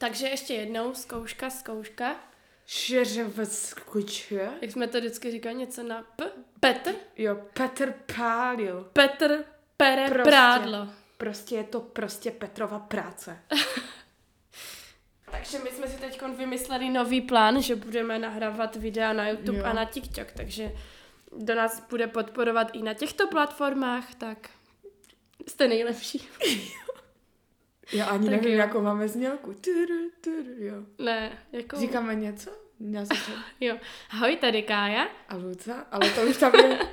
Takže ještě jednou, zkouška. Šeřevskuče. Jak jsme to vždycky říkali, něco na P? Petr? Jo, Petr pálil. Petr pere prádlo. Prostě je to Petrova práce. Takže my jsme si teď vymysleli nový plán, že budeme nahrávat videa na YouTube a na TikTok, takže do nás bude podporovat i na těchto platformách, tak jste nejlepší. Já ani tak nevím, jakou máme znělku. Jo. Ne, jako... Říkáme něco? Jo. Ahoj, tady Kája. A Luca, ale to už tam je.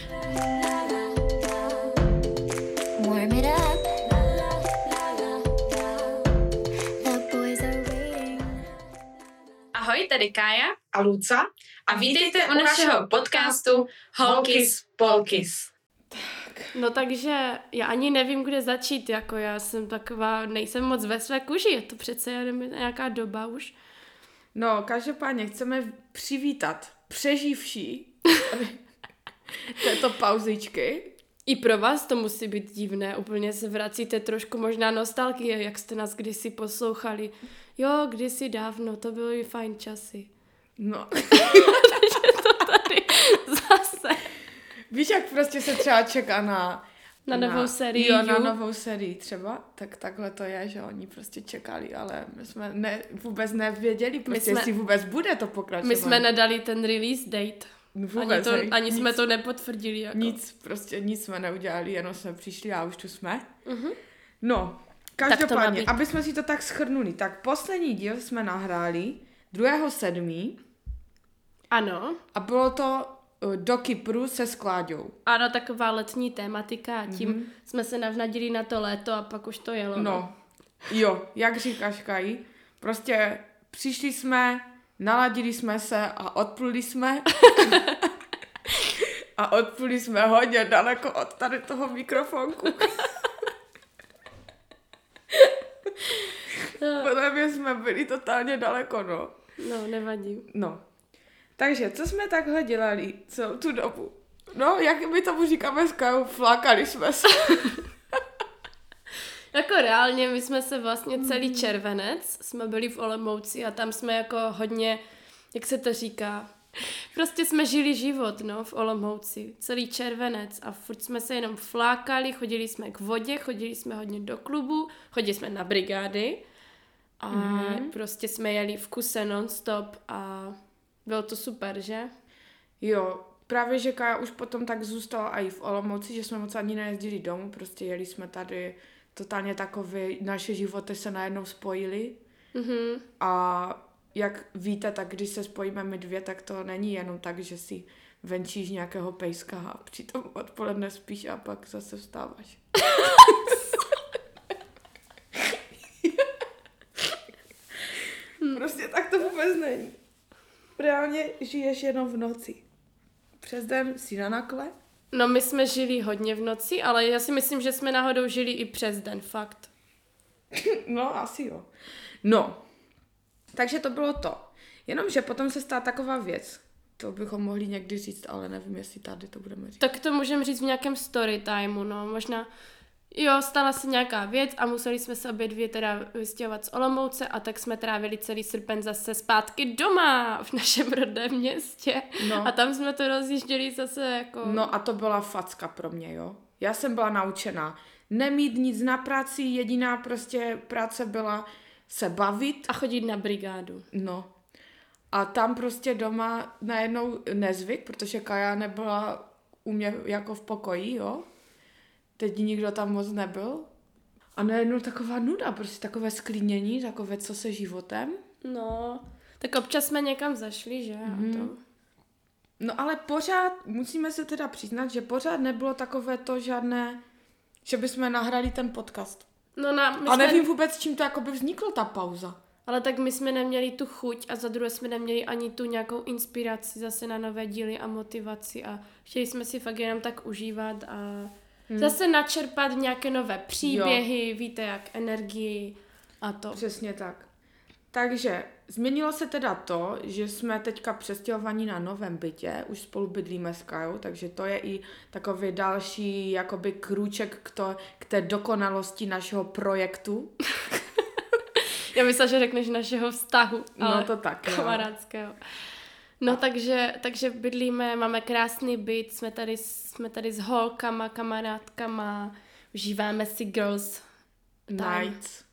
Warm it up. The boys are waiting. Ahoj, tady Kája. A Luca. A vítejte u našeho podcastu Holkis Polkis. No takže já ani nevím, kde začít, jako já jsem taková, nejsem moc ve své kůži, je to přece jen nějaká doba už. No, každopádně chceme přivítat přeživší této pauzičky. I pro vás to musí být divné, úplně se vracíte trošku možná nostalgie, jak jste nás kdysi poslouchali. Jo, kdysi dávno, to byly fajn časy. No. Takže to tady zase. Víš, jak prostě se třeba čeká na novou sérii. Jo, na novou sérii třeba, tak takhle to je, že oni prostě čekali, ale my jsme vůbec nevěděli, prostě jestli vůbec bude to pokračování. My jsme nedali ten release date. Vůbec, ani jsme to nepotvrdili. Jako. Nic jsme neudělali, jenom jsme přišli a už tu jsme. Uh-huh. No, každopádně, aby jsme si to tak shrnuli, tak poslední díl jsme nahráli 2.7. Ano. A bylo to do Kypru se Skláďou. Ano, taková letní tématika a tím jsme se navnadili na to léto a pak už to jelo. No, jo, jak říkáš, Kaji, prostě přišli jsme, naladili jsme se a odpluli jsme. A odpluli jsme hodně daleko od tady toho mikrofonku. Podle mě jsme byli totálně daleko, no. No, nevadí. No. Takže, co jsme takhle dělali celou tu dobu? No, jak my tomu říkáme s Kajou, flákali jsme se. Jako reálně, my jsme se vlastně celý červenec, jsme byli v Olomouci a tam jsme jako hodně, jak se to říká, prostě jsme žili život, no, v Olomouci, celý červenec a furt jsme se jenom flákali, chodili jsme k vodě, chodili jsme hodně do klubu, chodili jsme na brigády a prostě jsme jeli v kuse non-stop a bylo to super, že? Jo, právě, že Kaja už potom tak zůstala i v Olomouci, že jsme moc ani nejezdili domů, prostě jeli jsme tady totálně takové, naše životy se najednou spojily. Mm-hmm. A jak víte, tak když se spojíme my dvě, tak to není jenom tak, že si venčíš nějakého pejska a přitom odpoledne spíš a pak zase vstáváš. Prostě tak to vůbec není. Reálně žiješ jenom v noci. Přes den si na nakle. No my jsme žili hodně v noci, ale já si myslím, že jsme náhodou žili i přes den, fakt. No, asi jo. No, takže to bylo to. Jenomže potom se stala taková věc. To bychom mohli někdy říct, ale nevím, jestli tady to budeme říct. Tak to můžeme říct v nějakém story timeu, no. Možná, jo, stala se nějaká věc a museli jsme se obě dvě teda vystěhovat z Olomouce a tak jsme trávili celý srpen zase zpátky doma v našem rodném městě. No. A tam jsme to rozjížděli zase jako... No a to byla facka pro mě, jo. Já jsem byla naučená nemít nic na práci, jediná prostě práce byla se bavit. A chodit na brigádu. No. A tam prostě doma najednou nezvyk, protože Kaja nebyla u mě jako v pokoji, jo. Teď nikdo tam moc nebyl. A najednou taková nuda, prostě takové sklínění, takové co se životem. No, tak občas jsme někam zašli, že? To... No ale pořád, musíme se teda přiznat, že pořád nebylo takové to žádné, že bychom nahrali ten podcast. No a nevím vůbec, čím to jakoby vzniklo ta pauza. Ale tak my jsme neměli tu chuť a za druhé jsme neměli ani tu nějakou inspiraci zase na nové díly a motivaci a chtěli jsme si fakt jenom tak užívat a zase načerpat nějaké nové příběhy, jo. Víte jak, energii a to. Přesně tak. Takže změnilo se teda to, že jsme teďka přestěhovaní na novém bytě, už spolu bydlíme s Kajou, takže to je i takový další jakoby krůček k té dokonalosti našeho projektu. Já myslela, že řekneš našeho vztahu, ale No to tak, jo. kamarádského. No takže bydlíme, máme krásný byt, jsme tady s holkama, kamarádkama, užíváme si girls time. Nights.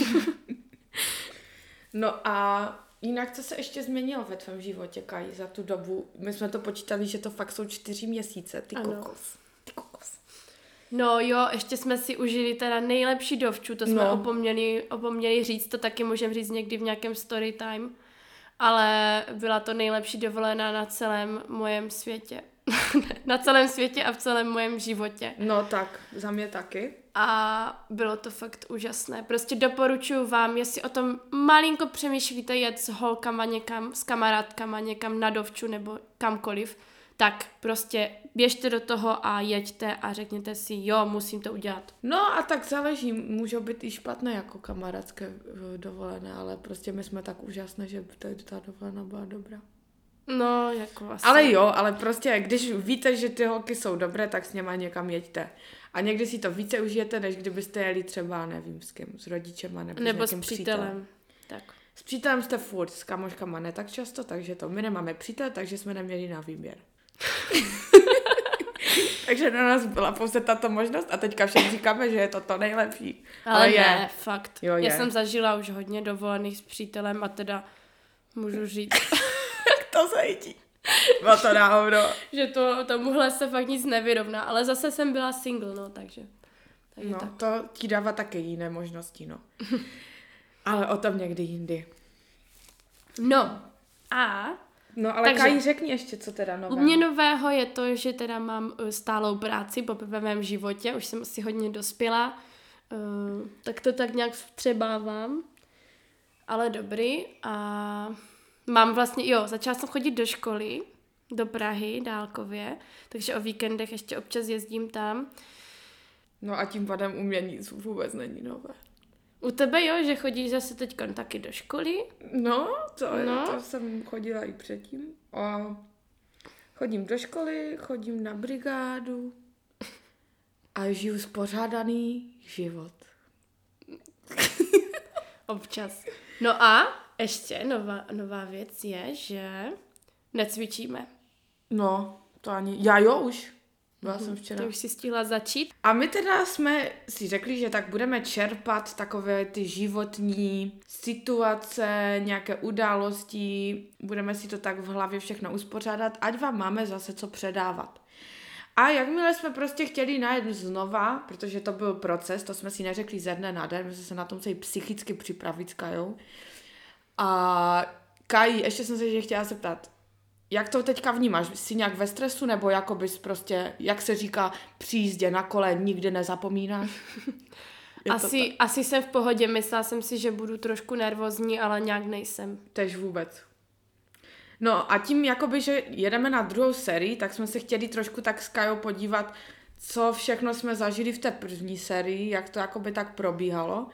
No a jinak, co se ještě změnilo ve tvém životě, Kai, za tu dobu? My jsme to počítali, že to fakt jsou 4 měsíce, ty Ano. kokos. Ty kokos. No jo, ještě jsme si užili teda nejlepší dovču, to jsme No. opomněli říct, to taky můžeme říct někdy v nějakém story time, ale byla to nejlepší dovolená na celém mojem světě. Na celém světě a v celém mojem životě. No tak, za mě taky. A bylo to fakt úžasné. Prostě doporučuji vám, jestli o tom malinko přemýšlíte jet s holkama někam, s kamarádkama někam na dovču nebo kamkoliv, tak prostě běžte do toho a jeďte a řekněte si, jo, musím to udělat. No a tak záleží, můžou být i špatné jako kamarádské dovolené, ale prostě my jsme tak úžasné, že ta dovolená byla dobrá. No, jako asi. Ale jo, ale prostě, když víte, že ty holky jsou dobré, tak s něma někam jeďte. A někdy si to více užijete, než kdybyste jeli třeba, nevím s kým, s rodičema nebo s s někým přítelem. Tak. S přítelem jste furt, s kamoškama ne tak často, takže to my nemáme přítel, takže jsme neměli na výběr. Takže na nás byla pouze tato možnost a teďka všem říkáme, že je to nejlepší. Ale je. ne, fakt. Jo, je. Já jsem zažila už hodně dovolených s přítelem a teda můžu říct, To se jítí. Bylo to na hovno. že tomuhle se fakt nic nevyrovná, ale zase jsem byla single, no, takže No, tak. to ti dává také jiné možnosti, no. Ale o tom někdy jindy. No, a No, ale Takže- Kai, řekni ještě, co teda nového. u mě nového je to, že teda mám stálou práci poprvé v mém životě, už jsem asi hodně dospěla, tak to tak nějak vtřebávám, ale dobrý. A mám vlastně, začala jsem chodit do školy, do Prahy, dálkově, takže o víkendech ještě občas jezdím tam. No a tím pádem u mě nic vůbec není nové. U tebe jo, že chodíš zase teď taky do školy? No, No. to jsem chodila i předtím. A chodím do školy, chodím na brigádu a žiju spořádaný život. Občas. No a ještě nová věc je, že necvičíme. No, to ani... Já jo už. Byla jsem včera. Ty už si stihla začít? A my teda jsme si řekli, že tak budeme čerpat takové ty životní situace, nějaké události, budeme si to tak v hlavě všechno uspořádat, ať vám máme zase co předávat. A jakmile jsme prostě chtěli najet znova, protože to byl proces, to jsme si neřekli ze dne na den, my jsme se na tom museli psychicky připravit s Kajou. A Kai, ještě jsem se že chtěla zeptat, jak to teďka vnímáš? Jsi nějak ve stresu, nebo jako bys prostě, jak se říká, při jízdě na kole nikdy nezapomínáš? Asi jsem v pohodě, myslela jsem si, že budu trošku nervózní, ale nějak nejsem. Tež vůbec. No a tím, jakoby, že jedeme na druhou sérii, tak jsme se chtěli trošku tak s Kajou podívat, co všechno jsme zažili v té první sérii, jak to jakoby tak probíhalo.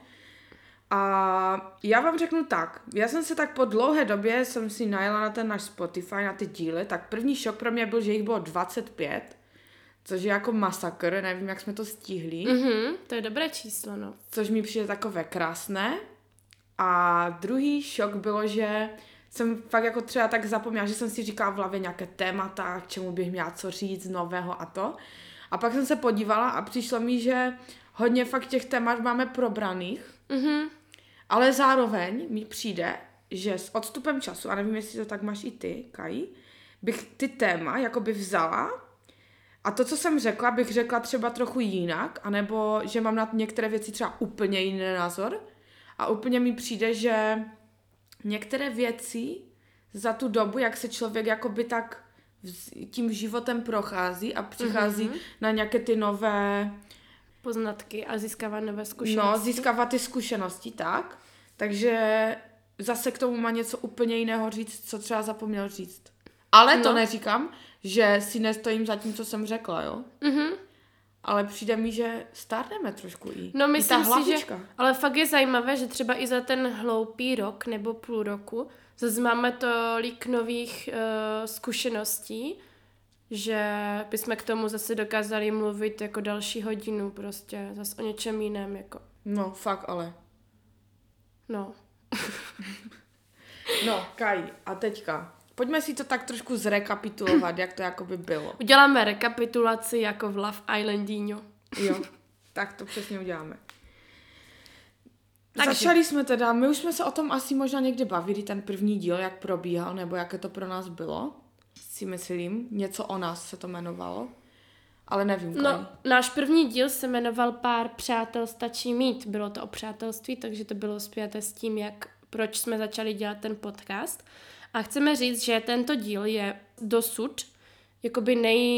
A já vám řeknu tak, já jsem se tak po dlouhé době, jsem si najela na ten náš Spotify, na ty díly, tak první šok pro mě byl, že jich bylo 25, což je jako masakr, nevím, jak jsme to stihli. To je dobré číslo, no. Což mi přijde takové krásné. A druhý šok bylo, že jsem fakt jako třeba tak zapomněla, že jsem si říkala v hlavě nějaké témata, k čemu bych měla co říct nového a to. A pak jsem se podívala a přišlo mi, že hodně fakt těch témat máme probraných, ale zároveň mi přijde, že s odstupem času, a nevím, jestli to tak máš i ty, Kai, bych ty téma jakoby vzala a to, co jsem řekla, bych řekla třeba trochu jinak, anebo že mám na některé věci třeba úplně jiný názor a úplně mi přijde, že některé věci za tu dobu, jak se člověk jakoby tak tím životem prochází a přichází na nějaké ty nové... Poznatky a získává nové zkušenosti. No, získává ty zkušenosti, tak. Takže zase k tomu má něco úplně jiného říct, co třeba zapomněl říct. Ale to neříkám, že si nestojím za tím, co jsem řekla, jo? Ale přijde mi, že stárneme trošku i. No I ta myslím si, že... hlavička. Ale fakt je zajímavé, že třeba i za ten hloupý rok nebo půl roku zase máme tolik nových zkušeností, že bychom k tomu zase dokázali mluvit jako další hodinu prostě, zase o něčem jiném, jako. No, fakt ale. No. No, Kai, a teďka. Pojďme si to tak trošku zrekapitulovat, jak to jakoby bylo. Uděláme rekapitulaci jako v Love Islandíňo. Jo, tak to přesně uděláme. Takže. Začali jsme teda, my už jsme se o tom asi možná někdy bavili, ten první díl, jak probíhal, nebo jaké to pro nás bylo. Si myslím, něco o nás se to jmenovalo. Ale nevím, Kai. No, náš první díl se jmenoval Pár přátel stačí mít. Bylo to o přátelství, takže to bylo spjaté s tím, proč jsme začali dělat ten podcast. A chceme říct, že tento díl je dosud jakoby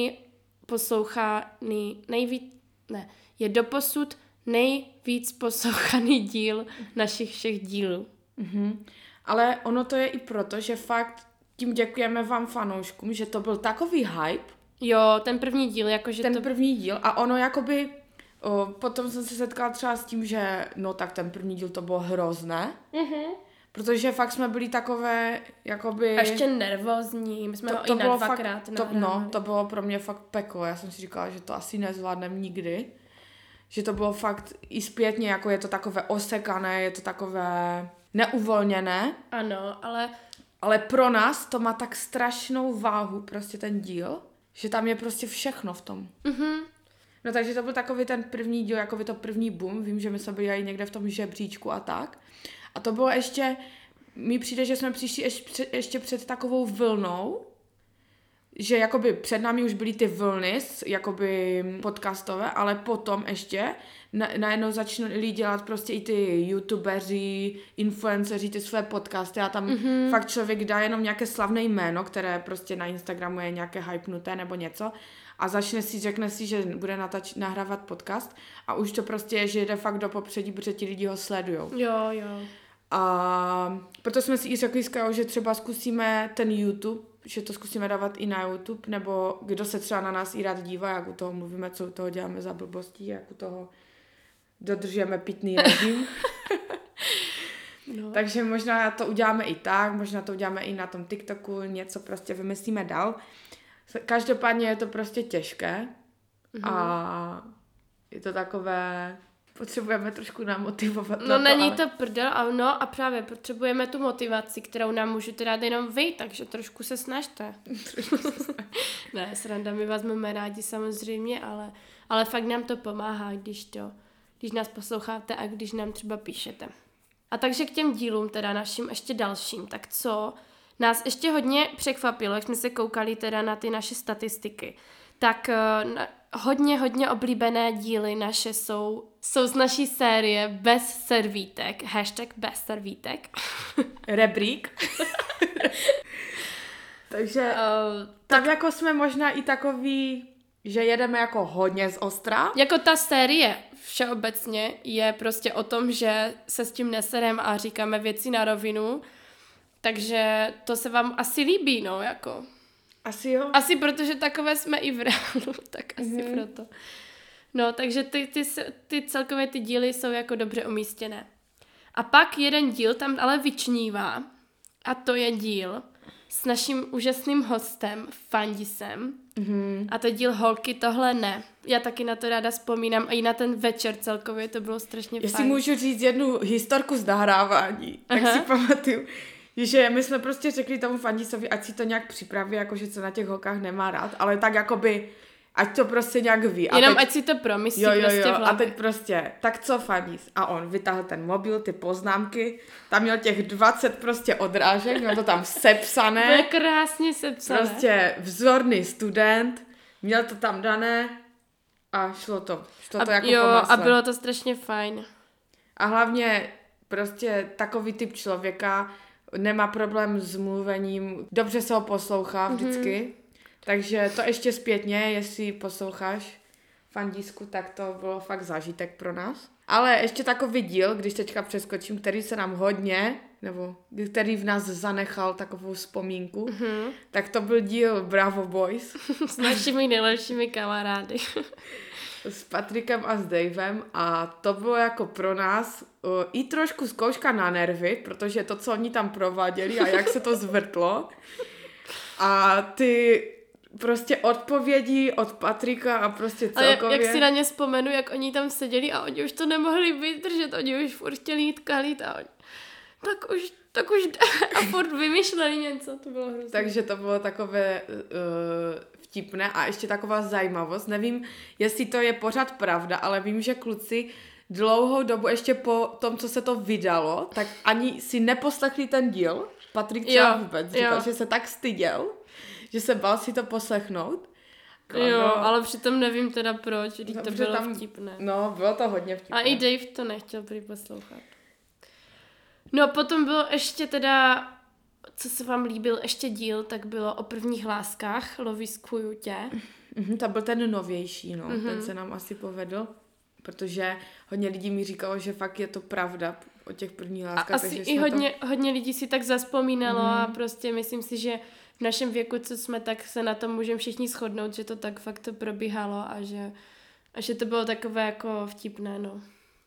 je doposud nejvíc poslouchaný díl našich všech dílů. Ale ono to je i proto, že fakt tím děkujeme vám fanouškům, že to byl takový hype. Jo, ten první díl, jakože ten první díl a ono jakoby, potom jsem se setkala třeba s tím, že no tak ten první díl to bylo hrozné. Protože fakt jsme byli takové, jakoby... A ještě nervózní, my jsme ho i na dvakrát nahrávali. To bylo pro mě fakt peklo, já jsem si říkala, že to asi nezvládnem nikdy. Že to bylo fakt i zpětně, jako je to takové osekané, je to takové neuvolněné. Ano, ale pro nás to má tak strašnou váhu, prostě ten díl, že tam je prostě všechno v tom. No takže to byl takový ten první díl, jako by to první boom, vím, že my jsme byli i někde v tom žebříčku a tak. A to bylo ještě, mi přijde, že jsme přišli ještě před takovou vlnou, že jakoby před námi už byly ty vlny, jakoby podcastové, ale potom ještě najednou začali dělat prostě i ty youtubeři, influenceři, ty své podcasty a tam fakt člověk dá jenom nějaké slavné jméno, které prostě na Instagramu je nějaké hypnuté nebo něco a řekne si, že bude nahrávat podcast a už to prostě je, že jde fakt do popředí, protože ti lidi ho sledujou. Jo. A proto jsme si i řekli, že třeba zkusíme ten YouTube, že to zkusíme dávat i na YouTube, nebo kdo se třeba na nás i rád dívá, jak u toho mluvíme, co u toho děláme za blbostí, jak u toho dodržujeme pitný režim. No. Takže možná to uděláme i tak, možná to uděláme i na tom TikToku, něco prostě vymyslíme dál. Každopádně je to prostě těžké a je to takové... Potřebujeme trošku namotivovat. No není to prdel, a právě potřebujeme tu motivaci, kterou nám můžete dát jenom vy, takže trošku se snažte. Ne, sranda, my vás máme rádi samozřejmě, ale fakt nám to pomáhá, když nás posloucháte a když nám třeba píšete. A takže k těm dílům teda našim ještě dalším, tak co nás ještě hodně překvapilo, jak jsme se koukali teda na ty naše statistiky, tak hodně oblíbené díly naše jsou z naší série Bez servítek, #bez servítek. Rebrík. Takže tak jako jsme možná i takový, že jedeme jako hodně z ostra. Jako ta série všeobecně je prostě o tom, že se s tím neserem a říkáme věci na rovinu, takže to se vám asi líbí, no, jako... Asi jo. Asi protože takové jsme i v reálu, tak asi proto. No, takže ty celkově ty díly jsou jako dobře umístěné. A pak jeden díl tam ale vyčnívá a to je díl s naším úžasným hostem Fandisem. A to díl Holky tohle ne. Já taky na to ráda vzpomínám a i na ten večer celkově to bylo strašně fajn. Jestli můžu říct jednu historku z nahrávání, tak si pamatuju, že my jsme prostě řekli tomu Fandisovi, ať si to nějak připraví, jakože co na těch holkách nemá rád, ale tak jakoby, ať to prostě nějak ví. Jenom ať si to promyslí prostě v hlavě. A teď prostě, tak co Fandis? A on vytáhl ten mobil, ty poznámky, tam měl těch 20 prostě odrážek, měl to tam sepsané. To je krásně sepsané. Prostě vzorný student, měl to tam dané a šlo to jako po masle. A bylo to strašně fajn. A hlavně prostě takový typ člověka nemá problém s mluvením, dobře se ho poslouchá vždycky, takže to ještě zpětně, jestli posloucháš Fandisku, tak to bylo fakt zážitek pro nás. Ale ještě takový díl, když teďka přeskočím, který se nám hodně, nebo který v nás zanechal takovou vzpomínku, tak to byl díl Bravo Boys. S našimi nejlepšími kamarády. S Patrikem a s Davem a to bylo jako pro nás i trošku zkouška na nervy, protože to, co oni tam prováděli a jak se to zvrtlo a ty prostě odpovědi od Patrika a prostě celkově. A jak si na ně vzpomenu, jak oni tam seděli a oni už to nemohli vydržet, oni už furt chtěli jít kalít a oni... tak už a furt vymýšleli něco, to bylo hrozné. Takže to bylo takové vtipné a ještě taková zajímavost. Nevím, jestli to je pořád pravda, ale vím, že kluci dlouhou dobu ještě po tom, co se to vydalo, tak ani si neposlechli ten díl. Patrik třeba vůbec říkal, že se tak styděl, že se bál si to poslechnout. Ale přitom nevím teda proč, když to bylo vtipné. No, bylo to hodně vtipné. A i Dave to nechtěl prý poslouchat. No potom bylo ještě teda, co se vám líbil, ještě díl, tak bylo o prvních láskách, Loviskuju tě. To byl ten novější, no, ten se nám asi povedl, protože hodně lidí mi říkalo, že fakt je to pravda o těch prvních láskách. A asi i hodně lidí si tak zazpomínalo a prostě myslím si, že v našem věku, co jsme, tak se na tom můžeme všichni shodnout, že to tak fakt to probíhalo a že to bylo takové jako vtipné, no.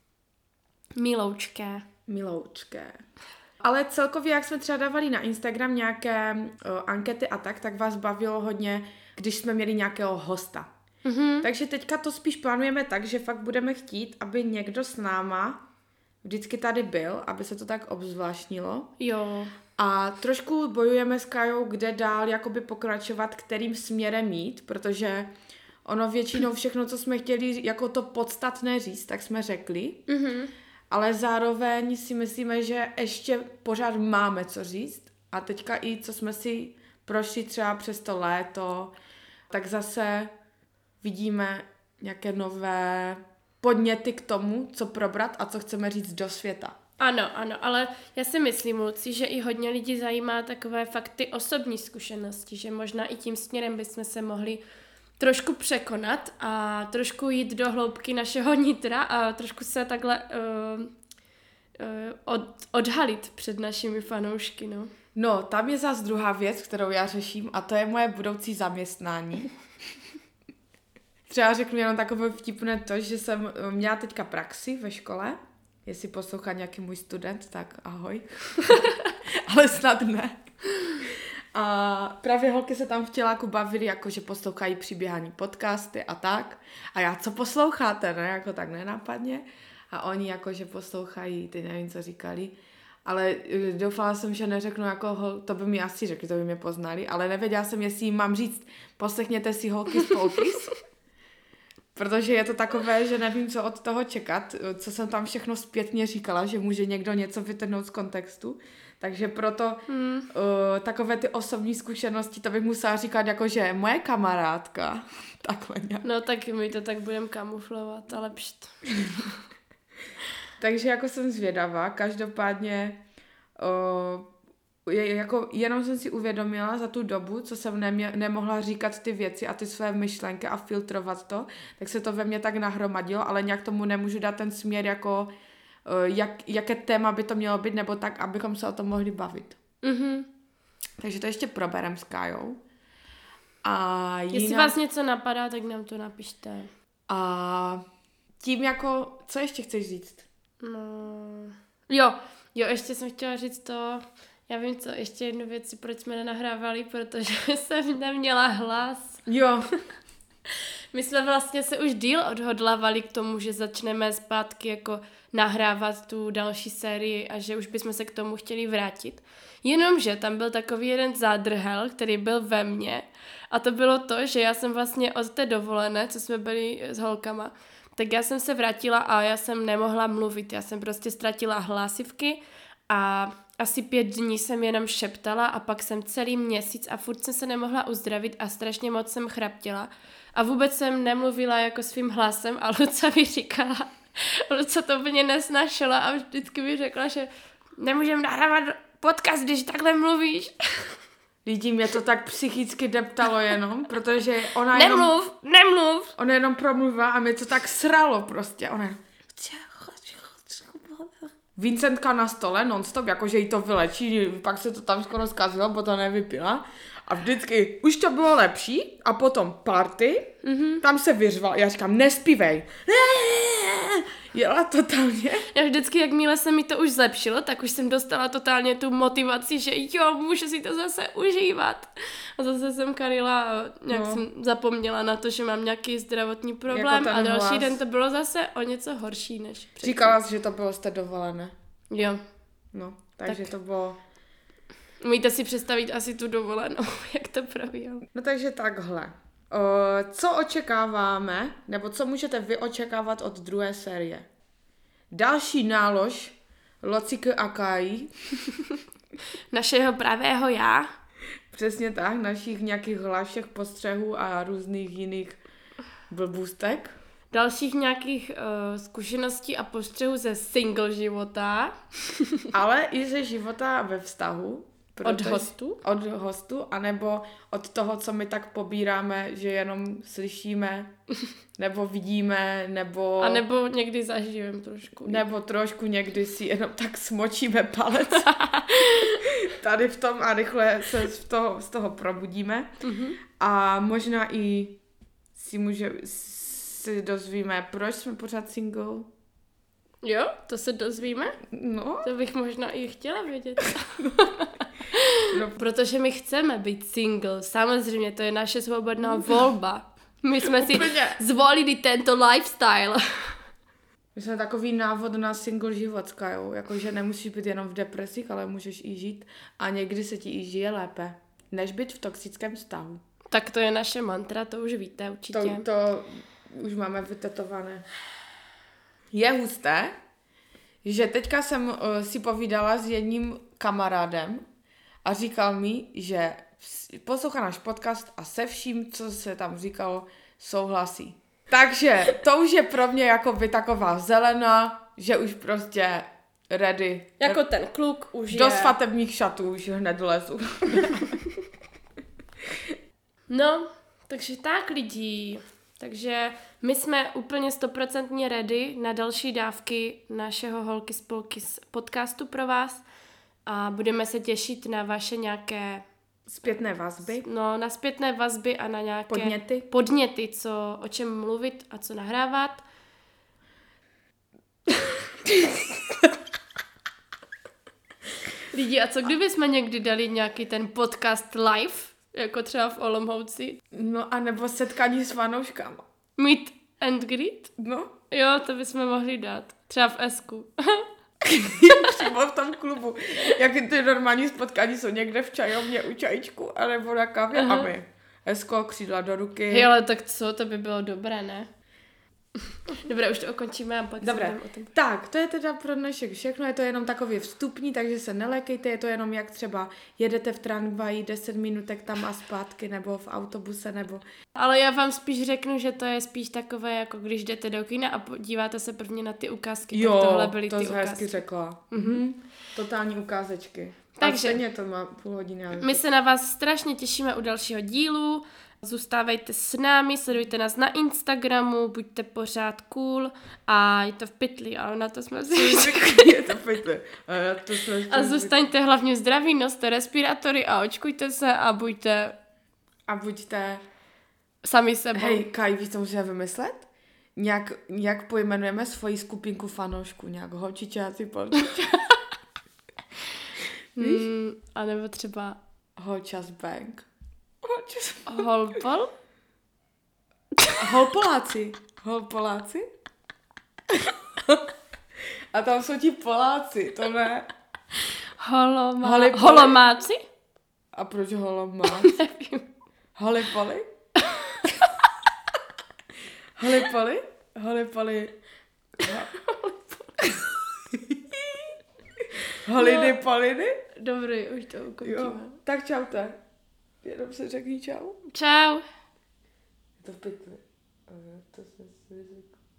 Miloučké. Ale celkově, jak jsme třeba dávali na Instagram nějaké ankety a tak vás bavilo hodně, když jsme měli nějakého hosta. Takže teďka to spíš plánujeme tak, že fakt budeme chtít, aby někdo s náma vždycky tady byl, aby se to tak obzvláštnilo. Jo. A trošku bojujeme s Kajou, kde dál jakoby pokračovat, kterým směrem jít, protože ono většinou všechno, co jsme chtěli jako to podstatné říct, tak jsme řekli. Ale zároveň si myslíme, že ještě pořád máme co říct. A teďka i co jsme si prošli třeba přes to léto, tak zase vidíme nějaké nové podněty k tomu, co probrat a co chceme říct do světa. Ano, ale já si myslím, Luci, že i hodně lidí zajímá takové fakt ty osobní zkušenosti, že možná i tím směrem bychom se mohli trošku překonat a trošku jít do hloubky našeho nitra a trošku se takhle odhalit před našimi fanoušky, no. No, tam je zase druhá věc, kterou já řeším a to je moje budoucí zaměstnání. Třeba řeknu jenom takové vtipné to, že jsem měla teďka praxi ve škole. Jestli poslouchá nějaký můj student, tak ahoj. Ale snad ne. A právě holky se tam v těláku bavily, jako že poslouchají příběhání podcasty a tak. A já, co posloucháte, ne? Jako tak nenápadně. A oni jako, že poslouchají, ty nevím, co říkali. Ale doufala jsem, že neřeknu jako, to by mi asi řekli, to by mě poznali. Ale nevěděla jsem, jestli jim mám říct, poslechněte si holky z Polkis. Protože je to takové, že nevím, co od toho čekat, co jsem tam všechno zpětně říkala, že může někdo něco vytrhnout z kontextu. Takže proto takové ty osobní zkušenosti, to bych musela říkat jako, že moje kamarádka. Takhle nějak. No tak my to tak budeme kamuflovat, ale pšt. Takže jako jsem zvědavá, každopádně jako jenom jsem si uvědomila za tu dobu, co jsem nemohla říkat ty věci a ty své myšlenky a filtrovat to, tak se to ve mně tak nahromadilo, ale nějak tomu nemůžu dát ten směr jako jaké téma by to mělo být, nebo tak, abychom se o tom mohli bavit. Takže to ještě proberem s Kájou. A jestli vás něco napadá, tak nám to napište. A tím jako, co ještě chceš říct? No, jo, ještě jsem chtěla říct to, já vím co, ještě jednu věc, proč jsme nenahrávali, protože jsem neměla hlas. Jo. My jsme vlastně se už díl odhodlávali k tomu, že začneme zpátky jako nahrávat tu další sérii a že už bychom se k tomu chtěli vrátit. Jenomže tam byl takový jeden zádrhel, který byl ve mně a to bylo to, že já jsem vlastně od té dovolené, co jsme byli s holkama, tak já jsem se vrátila a já jsem nemohla mluvit, já jsem prostě ztratila hlásivky a asi 5 dní jsem jenom šeptala a pak jsem celý měsíc a furt jsem se nemohla uzdravit a strašně moc jsem chraptěla. A vůbec jsem nemluvila jako svým hlasem a Luca mi říkala, Luca to úplně nesnašela a vždycky mi řekla, že nemůžeme nahrávat podcast, když takhle mluvíš. Lidi, mě to tak psychicky deptalo jenom, protože ona Nemluv! Ona jenom promluvila a mě to tak sralo prostě. Ona Vincentka na stole nonstop, jakože jí to vylečí, pak se to tam skoro zkazilo, bo to nevypila. A vždycky, už to bylo lepší a potom party, tam se vyřval. Já říkám, nespívej. Jela totálně. Já vždycky, jakmile se mi to už zlepšilo, tak už jsem dostala totálně tu motivaci, že jo, můžu si to zase užívat. A zase jsem karila a nějak jsem zapomněla na to, že mám nějaký zdravotní problém a další den to bylo zase o něco horší než předtím. Říkala jsi, že to bylo z té dovolené. Jo. No. Takže Tak. to bylo... Umíte si představit asi tu dovolenou, jak to probíhalo. No takže takhle. Co očekáváme, nebo co můžete vy očekávat od druhé série? Další nálož Lociky a Kai, Našeho pravého já. přesně tak, našich nějakých hlášek, postřehů a různých jiných blbůstek. Dalších nějakých zkušeností a postřehů ze single života. Ale i ze života ve vztahu. Od hostů? Od hostu, anebo od toho, co my tak pobíráme, že jenom slyšíme, nebo vidíme, nebo... A nebo někdy zažijeme trošku. Nebo trošku někdy si jenom tak smočíme palec tady v tom a rychle se z toho probudíme. Mhm. A možná i si dozvíme, proč jsme pořád single. Jo, to se dozvíme? No, To bych možná i chtěla vědět. no. Protože my chceme být single. Samozřejmě, to je naše svobodná volba. My jsme si Úplně. zvolili tento lifestyle. My jsme takový návod na single život s Kajou, jakože nemusíš být jenom v depresích, ale můžeš i žít a někdy se ti i žije lépe, než být v toxickém vztahu. Tak to je naše mantra, to už víte určitě. To už máme vytetované. Je husté, že teďka jsem si povídala s jedním kamarádem a říkal mi, že poslouchá náš podcast a se vším, co se tam říkalo, souhlasí. Takže to už je pro mě jako by taková zelená, že už prostě ready. Jako ten kluk už Do je... svatebních šatů už hned lezu. No, takže tak lidi. Takže my jsme úplně 100% ready na další dávky našeho Holky spolky z podcastu pro vás a budeme se těšit na vaše nějaké Zpětné vazby. na zpětné vazby a na nějaké podněty, o čem mluvit a co nahrávat. Lidi, a co kdyby jsme někdy dali nějaký ten podcast live, jako třeba v Olomouci? No a nebo setkání s fanouškama. Meet and greet? No, Jo, to bychom mohli dát. Třeba v Esku. přímo v tom klubu. Jak ty normální spotkání jsou někde v čajovně u čajíčku, anebo na kávě a my. Esko, křídla do ruky. Hej, ale tak co, to by bylo dobré, ne? Dobré, už to ukončíme a pak Dobré, se budeme o tom... tak, to je teda pro dnešek všechno, je to jenom takový vstupní, takže se nelékejte, je to jenom jak třeba jedete v tramvaji 10 minutek tam a zpátky, nebo v autobuse, nebo... Ale já vám spíš řeknu, že to je spíš takové, jako když jdete do kina a podíváte se prvně na ty ukázky, tak tohle byly to ty jsi hezky ukázky. řekla. Totální ukázečky. Takže- A stejně to má půl hodiny. My se na vás strašně těšíme u dalšího dílu. Zůstávejte s námi, sledujte nás na Instagramu, buďte pořád cool a je to v pytli, ale na to jsme si Je to pojďte. A zůstaňte hlavně zdraví, noste respirátory a očkujte se a buďte A buďte... sami sebou. Hej, Kaj, víš, co musíme vymyslet? Jak pojmenujeme svoji skupinku fanoušků? Nějak holčičáci, polčičáci? A nebo třeba Holčas Bank. Holpol? Holpoláci. Holpoláci? A tam jsou ti Poláci, to ne? Holipoli? Holomáci? A proč holomác? Nevím. Holipoli? Holipoli? Holipoli. Holidy, poliny? Dobrý, už to ukončíme. Jo. Tak čaute. Jenom se řekni čau. Čau. To v pytli. To jsem si řekl.